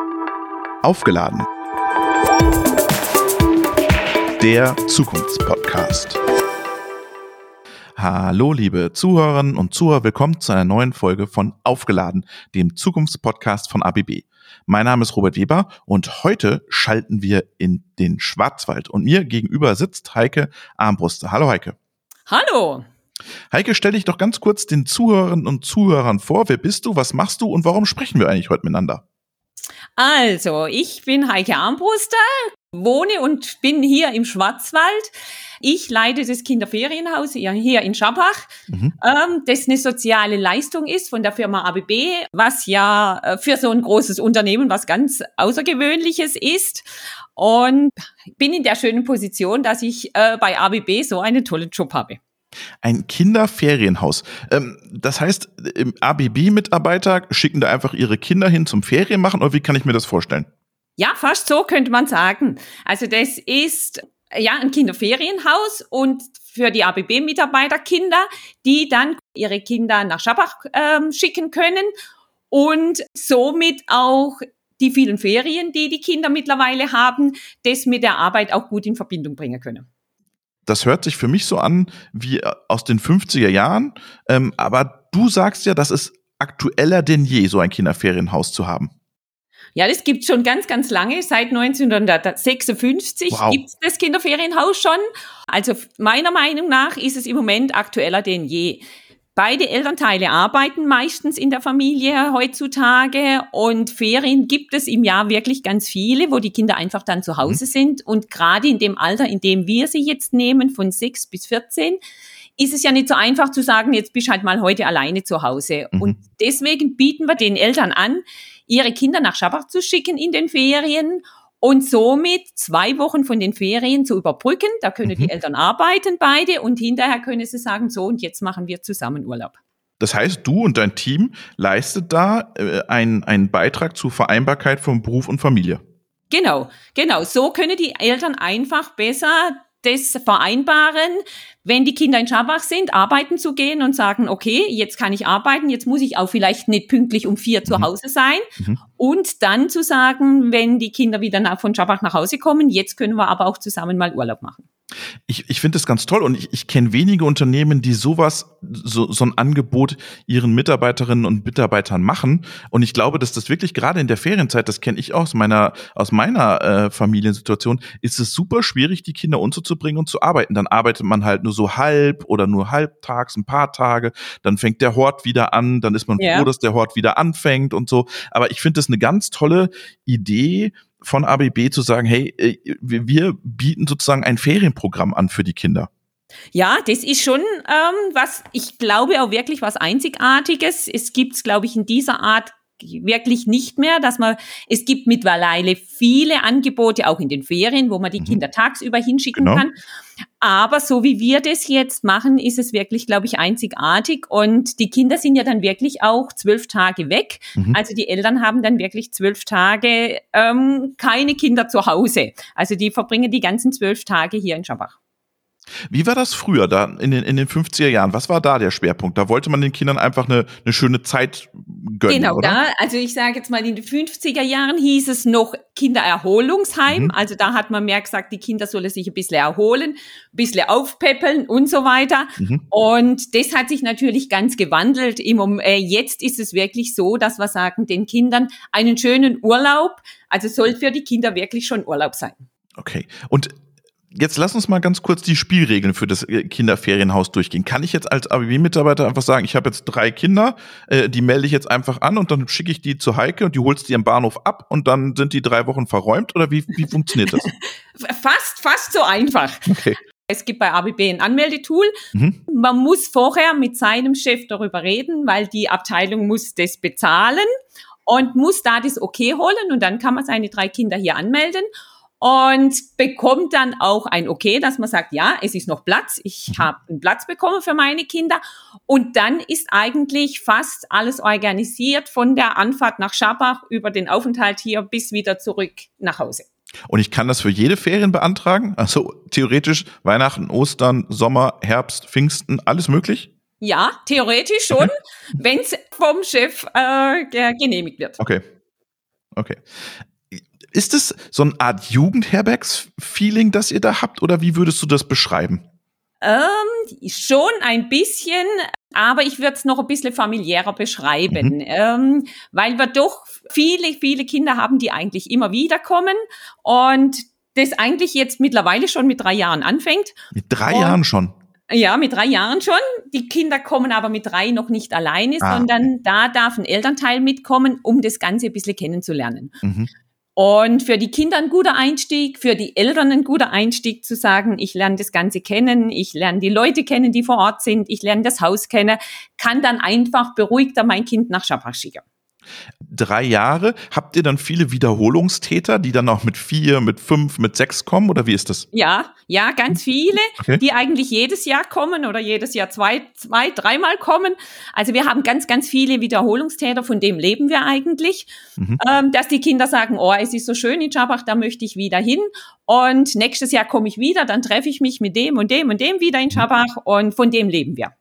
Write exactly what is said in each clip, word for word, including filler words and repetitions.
Aufgeladen. Der Zukunftspodcast. Hallo liebe Zuhörerinnen und Zuhörer, willkommen zu einer neuen Folge von Aufgeladen, dem Zukunftspodcast von A B B. Mein Name ist Robert Weber und heute schalten wir in den Schwarzwald und mir gegenüber sitzt Heike Armbruster. Hallo Heike. Hallo. Heike, stell dich doch ganz kurz den Zuhörerinnen und Zuhörern vor. Wer bist du, was machst du und warum sprechen wir eigentlich heute miteinander? Also, ich bin Heike Armbruster, wohne und bin hier im Schwarzwald. Ich leite das Kinderferienhaus hier in Schabach, mhm. ähm, das eine soziale Leistung ist von der Firma A B B, was ja für so ein großes Unternehmen was ganz Außergewöhnliches ist. Und bin in der schönen Position, dass ich äh, bei A B B so einen tollen Job habe. Ein Kinderferienhaus. Ähm, das heißt, A B B-Mitarbeiter schicken da einfach ihre Kinder hin zum Ferien machen, oder wie kann ich mir das vorstellen? Ja, fast so könnte man sagen. Also das ist ja ein Kinderferienhaus und für die A B B-Mitarbeiter Kinder, die dann ihre Kinder nach Schabach ähm, schicken können und somit auch die vielen Ferien, die die Kinder mittlerweile haben, das mit der Arbeit auch gut in Verbindung bringen können. Das hört sich für mich so an wie aus den fünfziger Jahren, ähm, aber du sagst ja, das ist aktueller denn je, so ein Kinderferienhaus zu haben. Ja, das gibt's schon ganz, ganz lange. Seit neunzehnhundertsechsundfünfzig wow. Gibt's das Kinderferienhaus schon. Also meiner Meinung nach ist es im Moment aktueller denn je. Beide Elternteile arbeiten meistens in der Familie heutzutage und Ferien gibt es im Jahr wirklich ganz viele, wo die Kinder einfach dann zu Hause mhm. sind. Und gerade in dem Alter, in dem wir sie jetzt nehmen, von sechs bis vierzehn, ist es ja nicht so einfach zu sagen, jetzt bist du halt mal heute alleine zu Hause. Mhm. Und deswegen bieten wir den Eltern an, ihre Kinder nach Schabach zu schicken in den Ferien und somit zwei Wochen von den Ferien zu überbrücken. Da können mhm. die Eltern arbeiten beide und hinterher können sie sagen, so und jetzt machen wir zusammen Urlaub. Das heißt, du und dein Team leistet da äh, einen, einen Beitrag zur Vereinbarkeit von Beruf und Familie. Genau, genau. So können die Eltern einfach besser das vereinbaren, wenn die Kinder in Schabach sind, arbeiten zu gehen und sagen, okay, jetzt kann ich arbeiten, jetzt muss ich auch vielleicht nicht pünktlich um vier mhm. zu Hause sein. Mhm. Und dann zu sagen, wenn die Kinder wieder nach, von Schabach nach Hause kommen, jetzt können wir aber auch zusammen mal Urlaub machen. Ich, ich finde das ganz toll und ich, ich kenne wenige Unternehmen, die sowas, so, so ein Angebot ihren Mitarbeiterinnen und Mitarbeitern machen. Und ich glaube, dass das wirklich gerade in der Ferienzeit, das kenne ich auch aus meiner, aus meiner äh, Familiensituation, ist es super schwierig, die Kinder unterzubringen und zu arbeiten. Dann arbeitet man halt nur so halb oder nur halbtags, ein paar Tage. Dann fängt der Hort wieder an. Dann ist man ja. froh, dass der Hort wieder anfängt und so. Aber ich finde das eine ganz tolle Idee von A B B zu sagen, hey, wir bieten sozusagen ein Ferienprogramm an für die Kinder. Ja, das ist schon ähm, was, ich glaube auch wirklich was Einzigartiges. Es gibt's, glaube ich, in dieser Art wirklich nicht mehr, dass man, es gibt mittlerweile viele Angebote, auch in den Ferien, wo man die mhm. Kinder tagsüber hinschicken genau. kann. Aber so wie wir das jetzt machen, ist es wirklich, glaube ich, einzigartig. Und die Kinder sind ja dann wirklich auch zwölf Tage weg. Mhm. Also die Eltern haben dann wirklich zwölf Tage ähm, keine Kinder zu Hause. Also die verbringen die ganzen zwölf Tage hier in Schabach. Wie war das früher, da in den, in den fünfziger Jahren? Was war da der Schwerpunkt? Da wollte man den Kindern einfach eine, eine schöne Zeit gönnen, genau, oder? Genau, da, also ich sage jetzt mal, in den fünfziger Jahren hieß es noch Kindererholungsheim. Mhm. Also da hat man mehr gesagt, die Kinder sollen sich ein bisschen erholen, ein bisschen aufpäppeln und so weiter. Mhm. Und das hat sich natürlich ganz gewandelt. Im, äh, jetzt ist es wirklich so, dass wir sagen, den Kindern einen schönen Urlaub, also soll für die Kinder wirklich schon Urlaub sein. Okay, und jetzt lass uns mal ganz kurz die Spielregeln für das Kinderferienhaus durchgehen. Kann ich jetzt als A B B-Mitarbeiter einfach sagen, ich habe jetzt drei Kinder, äh, die melde ich jetzt einfach an und dann schicke ich die zu Heike und die holst die am Bahnhof ab und dann sind die drei Wochen verräumt? Oder wie, wie funktioniert das? Fast, fast so einfach. Okay. Es gibt bei A B B ein Anmeldetool. Mhm. Man muss vorher mit seinem Chef darüber reden, weil die Abteilung muss das bezahlen und muss da das Okay holen und dann kann man seine drei Kinder hier anmelden. Und bekommt dann auch ein Okay, dass man sagt, ja, es ist noch Platz, ich mhm. habe einen Platz bekommen für meine Kinder. Und dann ist eigentlich fast alles organisiert von der Anfahrt nach Schabach über den Aufenthalt hier bis wieder zurück nach Hause. Und ich kann das für jede Ferien beantragen? Also theoretisch Weihnachten, Ostern, Sommer, Herbst, Pfingsten, alles möglich? Ja, theoretisch schon, wenn es vom Chef äh, genehmigt wird. Okay. Okay. Ist es so eine Art Jugendherbergs-Feeling, das ihr da habt, oder wie würdest du das beschreiben? Ähm, schon ein bisschen, aber ich würde es noch ein bisschen familiärer beschreiben, mhm. ähm, weil wir doch viele, viele Kinder haben, die eigentlich immer wieder kommen und das eigentlich jetzt mittlerweile schon mit drei Jahren anfängt. Mit drei und, Jahren schon? Ja, mit drei Jahren schon. Die Kinder kommen aber mit drei noch nicht alleine, ah, sondern okay. Da darf ein Elternteil mitkommen, um das Ganze ein bisschen kennenzulernen. Mhm. Und für die Kinder ein guter Einstieg, für die Eltern ein guter Einstieg zu sagen, ich lerne das Ganze kennen, ich lerne die Leute kennen, die vor Ort sind, ich lerne das Haus kennen, kann dann einfach beruhigter mein Kind nach Schabach schicken. Drei Jahre, habt ihr dann viele Wiederholungstäter, die dann auch mit vier, mit fünf, mit sechs kommen, oder wie ist das? Ja, ja, ganz viele, okay. Die eigentlich jedes Jahr kommen oder jedes Jahr zwei, zwei, dreimal kommen. Also wir haben ganz, ganz viele Wiederholungstäter, von dem leben wir eigentlich, mhm. ähm, dass die Kinder sagen, oh, es ist so schön in Schabach, da möchte ich wieder hin. Und nächstes Jahr komme ich wieder, dann treffe ich mich mit dem und dem und dem wieder in Schabach und von dem leben wir.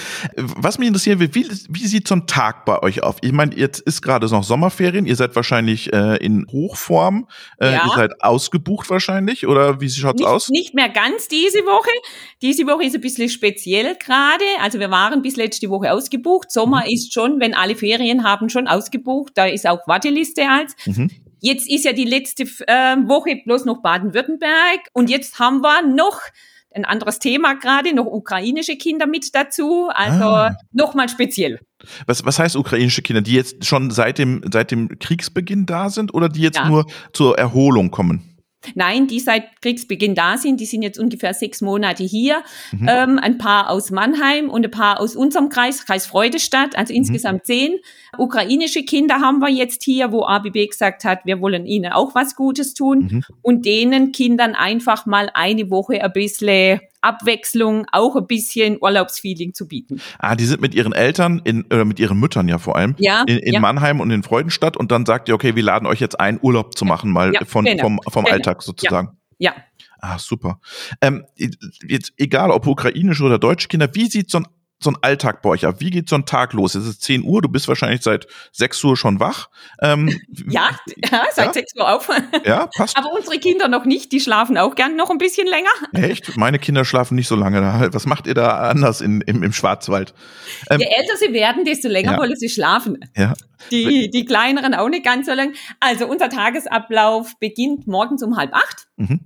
Was mich interessieren will, wie, wie sieht so ein Tag bei euch auf? Ich meine, jetzt ist gerade noch Sommerferien, ihr seid wahrscheinlich äh, in Hochform, äh, ja. Ihr seid ausgebucht wahrscheinlich, oder wie schaut's nicht, aus? Nicht mehr ganz diese Woche. Diese Woche ist ein bisschen speziell gerade, also wir waren bis letzte Woche ausgebucht. Sommer mhm. ist schon, wenn alle Ferien haben, schon ausgebucht, da ist auch Warteliste als. Mhm. Jetzt ist ja die letzte äh, Woche bloß noch Baden-Württemberg und jetzt haben wir noch ein anderes Thema gerade, noch ukrainische Kinder mit dazu, also ah. nochmal speziell. Was, was heißt ukrainische Kinder, die jetzt schon seit dem, seit dem Kriegsbeginn da sind oder die jetzt ja. nur zur Erholung kommen? Nein, die seit Kriegsbeginn da sind, die sind jetzt ungefähr sechs Monate hier. Mhm. Ähm, ein paar aus Mannheim und ein paar aus unserem Kreis, Kreis Freudestadt, also mhm. insgesamt zehn. Ukrainische Kinder haben wir jetzt hier, wo A B B gesagt hat, wir wollen ihnen auch was Gutes tun mhm. und denen Kindern einfach mal eine Woche ein bisschen Abwechslung, auch ein bisschen Urlaubsfeeling zu bieten. Ah, die sind mit ihren Eltern, in, oder mit ihren Müttern ja vor allem, ja, in, in ja. Mannheim und in Freudenstadt und dann sagt ihr, okay, wir laden euch jetzt ein, Urlaub zu machen, mal ja, von, genau, vom, vom genau. Alltag sozusagen. Ja. ja. Ah, super. Ähm, jetzt, egal, ob ukrainische oder deutsche Kinder, wie sieht so ein so ein Alltag bei euch ab? Wie geht so ein Tag los? Es ist zehn Uhr, du bist wahrscheinlich seit sechs Uhr schon wach. Ähm, ja, ja, seit ja? sechs Uhr auf. Ja, passt. Aber unsere Kinder noch nicht, die schlafen auch gern noch ein bisschen länger. Echt? Meine Kinder schlafen nicht so lange. Was macht ihr da anders in, im, im Schwarzwald? Ähm, Je älter sie werden, desto länger ja. wollen sie schlafen. Ja. Die, die kleineren auch nicht ganz so lang. Also unser Tagesablauf beginnt morgens um halb acht. Mhm.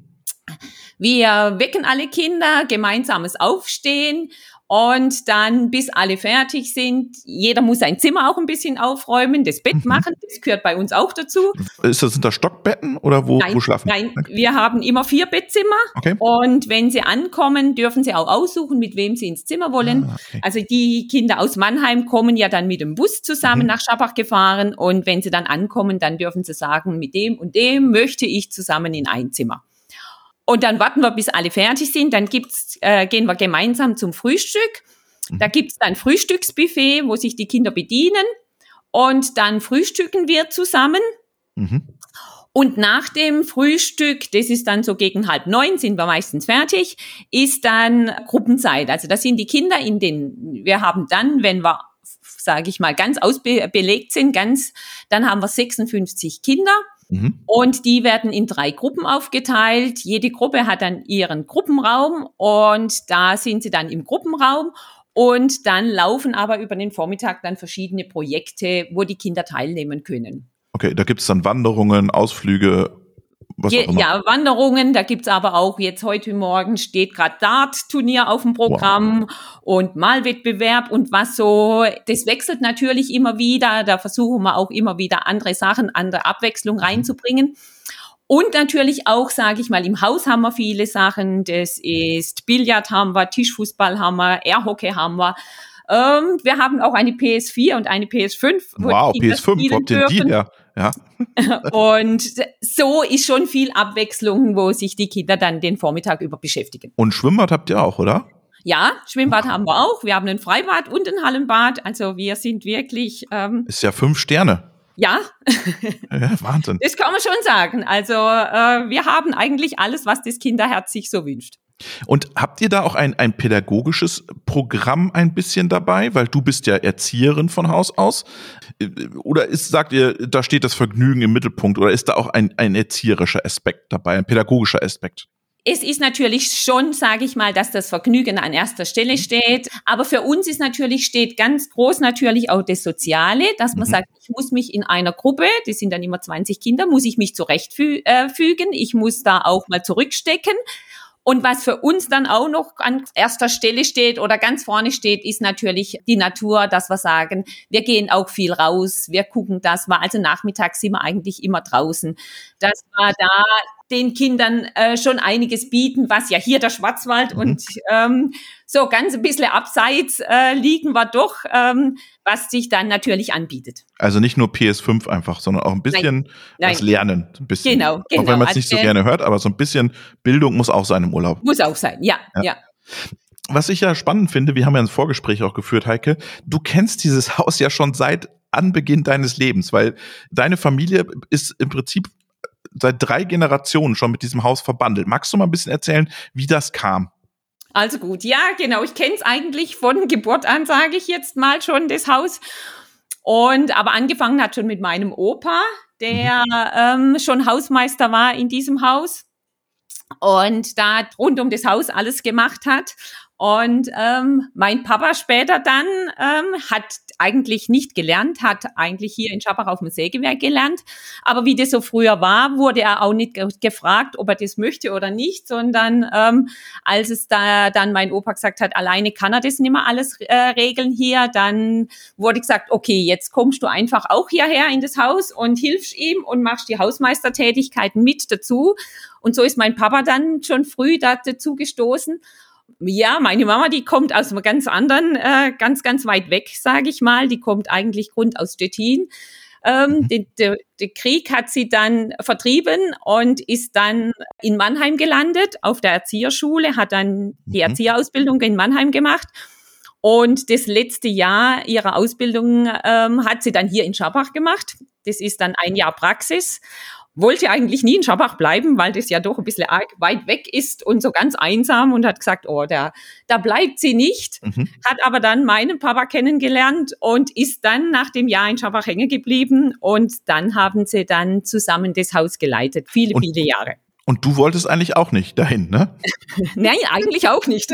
Wir wecken alle Kinder, gemeinsames Aufstehen. Und dann, bis alle fertig sind, jeder muss sein Zimmer auch ein bisschen aufräumen, das Bett mhm. machen, das gehört bei uns auch dazu. Ist das, sind das Stockbetten oder wo, nein, wo schlafen? Nein, okay. Wir haben immer vier Bettzimmer. Okay. Und wenn sie ankommen, dürfen sie auch aussuchen, mit wem sie ins Zimmer wollen. Ah, okay. Also die Kinder aus Mannheim kommen ja dann mit dem Bus zusammen mhm. nach Schabach gefahren. Und wenn sie dann ankommen, dann dürfen sie sagen, mit dem und dem möchte ich zusammen in ein Zimmer. Und dann warten wir, bis alle fertig sind. Dann gibt's, äh, gehen wir gemeinsam zum Frühstück. Da gibt's dann Frühstücksbuffet, wo sich die Kinder bedienen. Und dann frühstücken wir zusammen. Mhm. Und nach dem Frühstück, das ist dann so gegen halb neun, sind wir meistens fertig, ist dann Gruppenzeit. Also das sind die Kinder in den, wir haben dann, wenn wir, sage ich mal, ganz ausbelegt sind, ganz, dann haben wir sechsundfünfzig Kinder. Mhm. Und die werden in drei Gruppen aufgeteilt. Jede Gruppe hat dann ihren Gruppenraum und da sind sie dann im Gruppenraum und dann laufen aber über den Vormittag dann verschiedene Projekte, wo die Kinder teilnehmen können. Okay, da gibt es dann Wanderungen, Ausflüge, was Je, auch immer. Ja, Wanderungen, da gibt's aber auch, jetzt heute Morgen steht gerade Dart-Turnier auf dem Programm wow. und Malwettbewerb und was so, das wechselt natürlich immer wieder, da versuchen wir auch immer wieder andere Sachen, andere Abwechslung reinzubringen. Und natürlich auch, sage ich mal, im Haus haben wir viele Sachen, das ist Billard haben wir, Tischfußball haben wir, Airhockey haben wir. Ähm, wir haben auch eine P S vier und eine P S fünf. Wow, P S fünf, wo habt ihr die her? Ja. Und so ist schon viel Abwechslung, wo sich die Kinder dann den Vormittag über beschäftigen. Und Schwimmbad habt ihr auch, oder? Ja, Schwimmbad haben wir auch. Wir haben ein Freibad und ein Hallenbad. Also wir sind wirklich... Ähm, ist ja fünf Sterne. Ja. Ja, Wahnsinn. Das kann man schon sagen. Also äh, wir haben eigentlich alles, was das Kinderherz sich so wünscht. Und habt ihr da auch ein, ein pädagogisches Programm ein bisschen dabei? Weil du bist ja Erzieherin von Haus aus. Oder ist, sagt ihr, da steht das Vergnügen im Mittelpunkt? Oder ist da auch ein, ein erzieherischer Aspekt dabei, ein pädagogischer Aspekt? Es ist natürlich schon, sage ich mal, dass das Vergnügen an erster Stelle steht. Aber für uns ist natürlich, steht ganz groß natürlich auch das Soziale, dass man mhm. sagt, ich muss mich in einer Gruppe, das sind dann immer zwanzig Kinder, muss ich mich zurechtfügen. Ich muss da auch mal zurückstecken. Und was für uns dann auch noch an erster Stelle steht oder ganz vorne steht, ist natürlich die Natur, dass wir sagen, wir gehen auch viel raus, wir gucken das mal. Also nachmittags sind wir eigentlich immer draußen. Dass wir da den Kindern äh, schon einiges bieten, was ja hier der Schwarzwald mhm. und ähm, so ganz ein bisschen abseits äh, liegen wir doch, ähm, was sich dann natürlich anbietet. Also nicht nur P S fünf einfach, sondern auch ein bisschen Nein. was lernen. Ein bisschen. Genau, genau. Auch wenn man es nicht so gerne hört, aber so ein bisschen Bildung muss auch sein im Urlaub. Muss auch sein, ja, ja. ja. Was ich ja spannend finde, wir haben ja ein Vorgespräch auch geführt, Heike, du kennst dieses Haus ja schon seit Anbeginn deines Lebens, weil deine Familie ist im Prinzip seit drei Generationen schon mit diesem Haus verbandelt. Magst du mal ein bisschen erzählen, wie das kam? Also gut, ja, genau. Ich kenne es eigentlich von Geburt an, sage ich jetzt mal schon, das Haus. Und aber angefangen hat schon mit meinem Opa, der mhm. ähm, schon Hausmeister war in diesem Haus und da rund um das Haus alles gemacht hat. Und ähm, mein Papa später dann ähm, hat eigentlich nicht gelernt, hat eigentlich hier in Schabach auf dem Sägewerk gelernt. Aber wie das so früher war, wurde er auch nicht ge- gefragt, ob er das möchte oder nicht, sondern ähm, als es da dann mein Opa gesagt hat, alleine kann er das nicht mehr alles äh, regeln hier, dann wurde gesagt, okay, jetzt kommst du einfach auch hierher in das Haus und hilfst ihm und machst die Hausmeistertätigkeiten mit dazu. Und so ist mein Papa dann schon früh dazu gestoßen. Ja, meine Mama, die kommt aus einem ganz anderen, äh, ganz, ganz weit weg, sage ich mal. Die kommt eigentlich Grund aus Stettin. Ähm, der de, de Krieg hat sie dann vertrieben und ist dann in Mannheim gelandet, auf der Erzieherschule, hat dann die Erzieherausbildung in Mannheim gemacht. Und das letzte Jahr ihrer Ausbildung ähm, hat sie dann hier in Schabach gemacht. Das ist dann ein Jahr Praxis. Wollte eigentlich nie in Schabach bleiben, weil das ja doch ein bisschen arg weit weg ist und so ganz einsam und hat gesagt, oh, da, da bleibt sie nicht. Mhm. Hat aber dann meinen Papa kennengelernt und ist dann nach dem Jahr in Schabach hängen geblieben und dann haben sie dann zusammen das Haus geleitet, viele, und, viele Jahre. Und du wolltest eigentlich auch nicht dahin, ne? Nein, eigentlich auch nicht.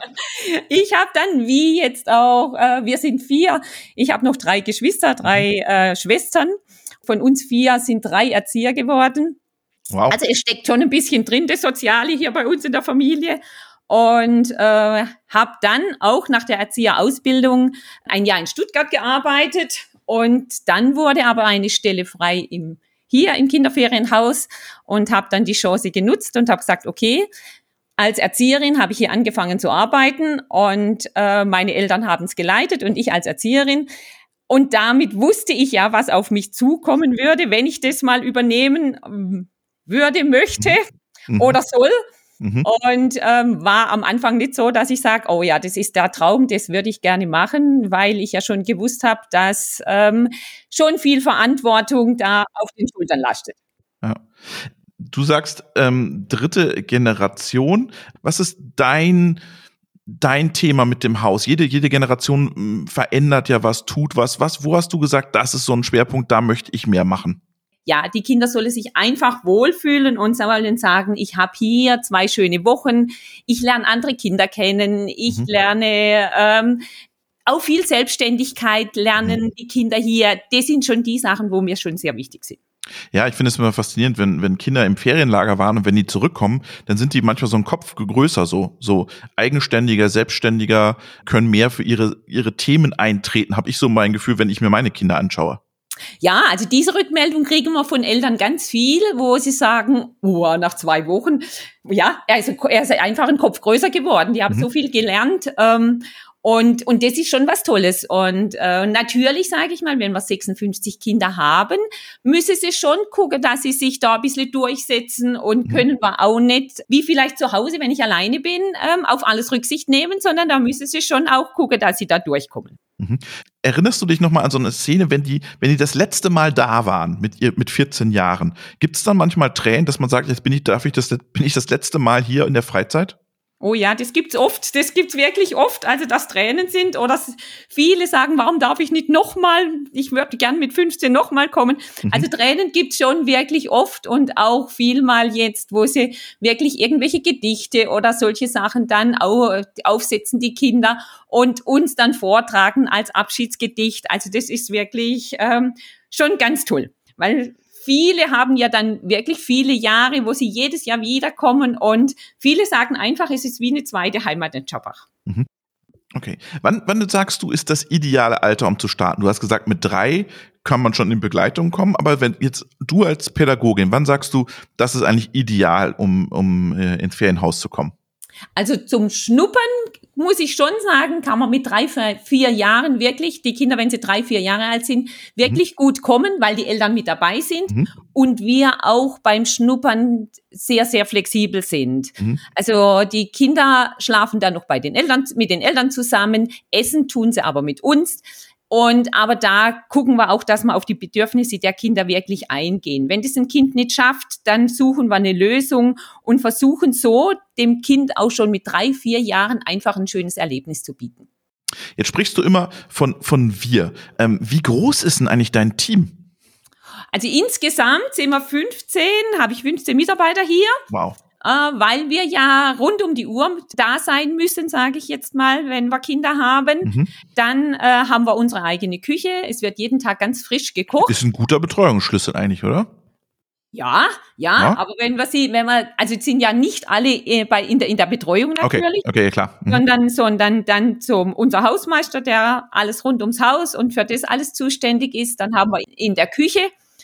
Ich habe dann, wie jetzt auch, äh, wir sind vier, ich habe noch drei Geschwister, drei äh, Schwestern. Von uns vier sind drei Erzieher geworden. Wow. Also es steckt schon ein bisschen drin, das Soziale hier bei uns in der Familie. Und äh, habe dann auch nach der Erzieherausbildung ein Jahr in Stuttgart gearbeitet. Und dann wurde aber eine Stelle frei im, hier im Kinderferienhaus und habe dann die Chance genutzt und habe gesagt, okay, als Erzieherin habe ich hier angefangen zu arbeiten und äh, meine Eltern haben es geleitet und ich als Erzieherin. Und damit wusste ich ja, was auf mich zukommen würde, wenn ich das mal übernehmen würde, möchte mhm. oder soll. Mhm. Und ähm, war am Anfang nicht so, dass ich sage, oh ja, das ist der Traum, das würde ich gerne machen, weil ich ja schon gewusst habe, dass ähm, schon viel Verantwortung da auf den Schultern lastet. Ja. Du sagst ähm, dritte Generation. Was ist dein Dein Thema mit dem Haus? Jede, jede Generation mh, verändert ja was, tut was. Was, wo hast du gesagt, das ist so ein Schwerpunkt, da möchte ich mehr machen? Ja, die Kinder sollen sich einfach wohlfühlen und sollen sagen, ich habe hier zwei schöne Wochen, ich lerne andere Kinder kennen, ich mhm. lerne ähm, auch viel Selbstständigkeit, lernen mhm. die Kinder hier. Das sind schon die Sachen, wo mir schon sehr wichtig sind. Ja, ich finde es immer faszinierend, wenn, wenn Kinder im Ferienlager waren und wenn die zurückkommen, dann sind die manchmal so ein Kopf größer, so, so eigenständiger, selbstständiger, können mehr für ihre, ihre Themen eintreten, habe ich so mein Gefühl, wenn ich mir meine Kinder anschaue. Ja, also diese Rückmeldung kriegen wir von Eltern ganz viel, wo sie sagen, oh, nach zwei Wochen, ja, er ist, er ist einfach ein Kopf größer geworden, die haben mhm. so viel gelernt, ähm, Und, und das ist schon was Tolles. Und äh, natürlich, sage ich mal, wenn wir sechsundfünfzig Kinder haben, müssen sie schon gucken, dass sie sich da ein bisschen durchsetzen und mhm. können wir auch nicht, wie vielleicht zu Hause, wenn ich alleine bin, ähm, auf alles Rücksicht nehmen, sondern da müssen sie schon auch gucken, dass sie da durchkommen. Mhm. Erinnerst du dich nochmal an so eine Szene, wenn die, wenn die das letzte Mal da waren, mit ihr, mit vierzehn Jahren? Gibt es dann manchmal Tränen, dass man sagt, jetzt bin ich, darf ich das, bin ich das letzte Mal hier in der Freizeit? Oh ja, das gibt's oft, das gibt's wirklich oft, also dass Tränen sind oder viele sagen, warum darf ich nicht nochmal, ich würde gern mit fünfzehn nochmal kommen. Mhm. Also Tränen gibt's schon wirklich oft und auch vielmal jetzt, wo sie wirklich irgendwelche Gedichte oder solche Sachen dann auch aufsetzen, die Kinder, und uns dann vortragen als Abschiedsgedicht. Also das ist wirklich ähm, schon ganz toll, weil viele haben ja dann wirklich viele Jahre, wo sie jedes Jahr wiederkommen, und viele sagen einfach, es ist wie eine zweite Heimat in Schabach. Mhm. Okay. Wann, wann sagst du, ist das ideale Alter, um zu starten? Du hast gesagt, mit drei kann man schon in Begleitung kommen, aber wenn jetzt du als Pädagogin, wann sagst du, das ist eigentlich ideal, um, um äh, ins Ferienhaus zu kommen? Also zum Schnuppern muss ich schon sagen, kann man mit drei, vier Jahren wirklich, die Kinder, wenn sie drei, vier Jahre alt sind, wirklich mhm. gut kommen, weil die Eltern mit dabei sind mhm. und wir auch beim Schnuppern sehr, sehr flexibel sind. Mhm. Also die Kinder schlafen dann noch bei den Eltern, mit den Eltern zusammen, essen tun sie aber mit uns. Und aber da gucken wir auch, dass wir auf die Bedürfnisse der Kinder wirklich eingehen. Wenn das ein Kind nicht schafft, dann suchen wir eine Lösung und versuchen so, dem Kind auch schon mit drei, vier Jahren einfach ein schönes Erlebnis zu bieten. Jetzt sprichst du immer von, von wir. Ähm, wie groß ist denn eigentlich dein Team? Also insgesamt sind wir fünfzehn, habe ich fünfzehn Mitarbeiter hier. Wow. Weil wir ja rund um die Uhr da sein müssen, sage ich jetzt mal, wenn wir Kinder haben. Mhm. Dann äh, haben wir unsere eigene Küche. Es wird jeden Tag ganz frisch gekocht. Ist ein guter Betreuungsschlüssel eigentlich, oder? Ja, ja, ja, aber wenn wir sie, wenn wir, also es sind ja nicht alle äh, bei in der in der Betreuung natürlich, okay, okay, klar, mhm. sondern sondern dann zum unser Hausmeister, der alles rund ums Haus und für das alles zuständig ist. Dann haben wir in der Küche.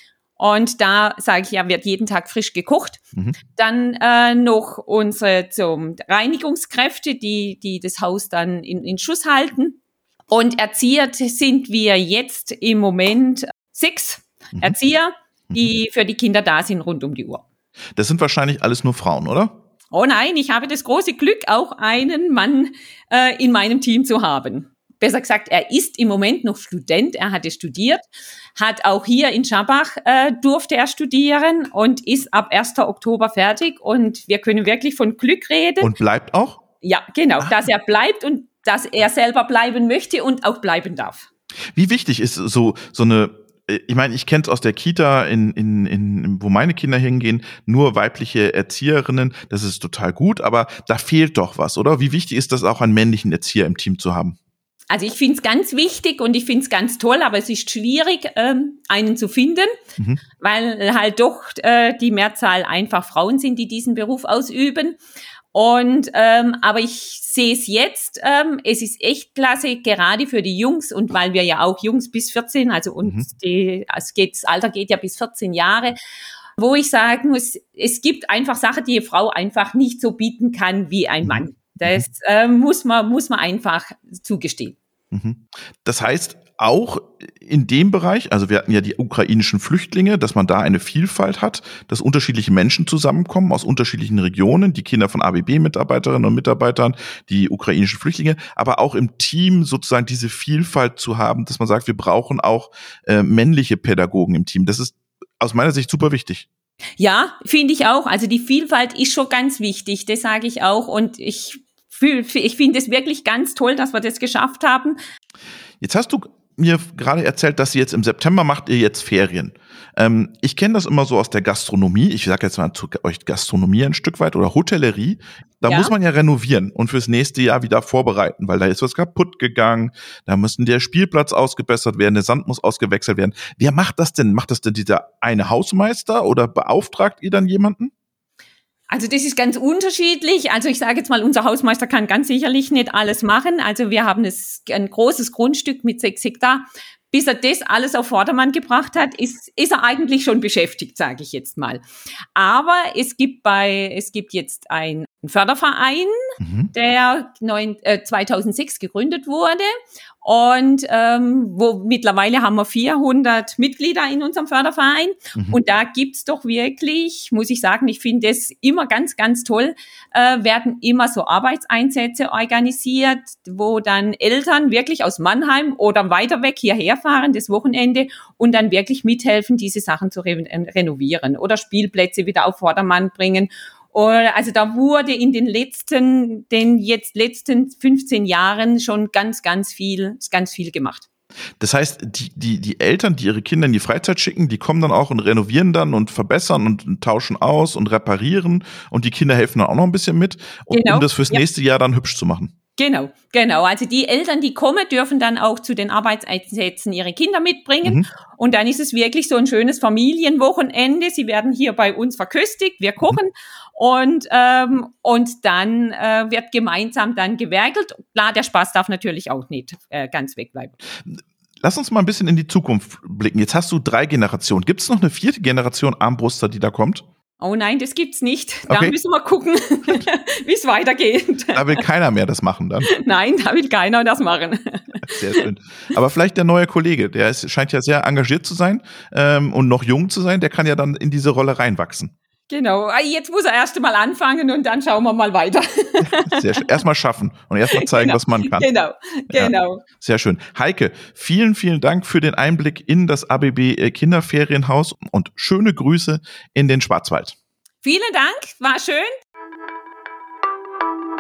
Und da, sage ich ja, wird jeden Tag frisch gekocht. Mhm. Dann äh, noch unsere zum Reinigungskräfte, die die das Haus dann in, in Schuss halten. Und Erzieher sind wir jetzt im Moment sechs mhm. Erzieher, die für die Kinder da sind rund um die Uhr. Das sind wahrscheinlich alles nur Frauen, oder? Oh nein, ich habe das große Glück, auch einen Mann äh, in meinem Team zu haben. Besser gesagt, er ist im Moment noch Student, er hatte studiert, hat auch hier in Schabach äh, durfte er studieren und ist ab ersten Oktober fertig, und wir können wirklich von Glück reden. Und bleibt auch? Ja, genau, ah. dass er bleibt und dass er selber bleiben möchte und auch bleiben darf. Wie wichtig ist so so eine, ich meine, ich kenne es aus der Kita, in, in, in, wo meine Kinder hingehen, nur weibliche Erzieherinnen, das ist total gut, aber da fehlt doch was, oder? Wie wichtig ist das auch, einen männlichen Erzieher im Team zu haben? Also ich finde es ganz wichtig und ich finde es ganz toll, aber es ist schwierig, ähm, einen zu finden, mhm. weil halt doch äh, die Mehrzahl einfach Frauen sind, die diesen Beruf ausüben. Und ähm, aber ich sehe es jetzt, ähm, es ist echt klasse, gerade für die Jungs, und weil wir ja auch Jungs bis vierzehn, also uns mhm. die, also geht, das Alter geht ja bis vierzehn Jahre, wo ich sagen muss, es gibt einfach Sachen, die eine Frau einfach nicht so bieten kann wie ein Mann. Das äh, muss man muss man einfach zugestehen. Das heißt, auch in dem Bereich, also wir hatten ja die ukrainischen Flüchtlinge, dass man da eine Vielfalt hat, dass unterschiedliche Menschen zusammenkommen aus unterschiedlichen Regionen, die Kinder von A B B-Mitarbeiterinnen und Mitarbeitern, die ukrainischen Flüchtlinge, aber auch im Team sozusagen diese Vielfalt zu haben, dass man sagt, wir brauchen auch äh, männliche Pädagogen im Team. Das ist aus meiner Sicht super wichtig. Ja, finde ich auch. Also die Vielfalt ist schon ganz wichtig, das sage ich auch, und ich Ich finde es wirklich ganz toll, dass wir das geschafft haben. Jetzt hast du mir gerade erzählt, dass ihr jetzt im September macht ihr jetzt Ferien. Ähm, ich kenne das immer so aus der Gastronomie. Ich sage jetzt mal zu euch Gastronomie ein Stück weit oder Hotellerie. Da ja. muss man ja renovieren und fürs nächste Jahr wieder vorbereiten, weil da ist was kaputt gegangen. Da müssen der Spielplatz ausgebessert werden, der Sand muss ausgewechselt werden. Wer macht das denn? Macht das denn dieser eine Hausmeister oder beauftragt ihr dann jemanden? Also das ist ganz unterschiedlich. Also ich sage jetzt mal, unser Hausmeister kann ganz sicherlich nicht alles machen. Also wir haben es, ein großes Grundstück mit sechs Hektar. Bis er das alles auf Vordermann gebracht hat, ist, ist er eigentlich schon beschäftigt, sage ich jetzt mal. Aber es gibt bei, es gibt jetzt einen Förderverein, mhm. der neun, äh, zweitausendsechs gegründet wurde. Und ähm, wo mittlerweile haben wir vierhundert Mitglieder in unserem Förderverein. Mhm. Und da gibt's doch wirklich, muss ich sagen, ich finde es immer ganz, ganz toll, äh, werden immer so Arbeitseinsätze organisiert, wo dann Eltern wirklich aus Mannheim oder weiter weg hierher fahren, das Wochenende, und dann wirklich mithelfen, diese Sachen zu re- renovieren oder Spielplätze wieder auf Vordermann bringen. Also da wurde in den letzten, den jetzt letzten fünfzehn Jahren schon ganz, ganz viel, ganz viel gemacht. Das heißt, die, die, die Eltern, die ihre Kinder in die Freizeit schicken, die kommen dann auch und renovieren dann und verbessern und, und tauschen aus und reparieren und die Kinder helfen dann auch noch ein bisschen mit, und, genau. um das fürs ja. nächste Jahr dann hübsch zu machen. Genau, genau. Also die Eltern, die kommen, dürfen dann auch zu den Arbeitseinsätzen ihre Kinder mitbringen. Mhm. Und dann ist es wirklich so ein schönes Familienwochenende. Sie werden hier bei uns verköstigt, wir kochen mhm. und ähm, und dann äh, wird gemeinsam dann gewerkelt. Klar, der Spaß darf natürlich auch nicht äh, ganz wegbleiben. Lass uns mal ein bisschen in die Zukunft blicken. Jetzt hast du drei Generationen. Gibt es noch eine vierte Generation Armbruster, die da kommt? Oh nein, das gibt's nicht. Da okay. müssen wir gucken, wie es weitergeht. Da will keiner mehr das machen dann. Nein, da will keiner das machen. Sehr schön. Aber vielleicht der neue Kollege, der ist, scheint ja sehr engagiert zu sein ähm, und noch jung zu sein, der kann ja dann in diese Rolle reinwachsen. Genau, jetzt muss er erst mal anfangen und dann schauen wir mal weiter. Sehr schön. Erstmal schaffen und erstmal zeigen, genau. was man kann. Genau, genau. Ja, sehr schön. Heike, vielen, vielen Dank für den Einblick in das A B B Kinderferienhaus und schöne Grüße in den Schwarzwald. Vielen Dank, war schön.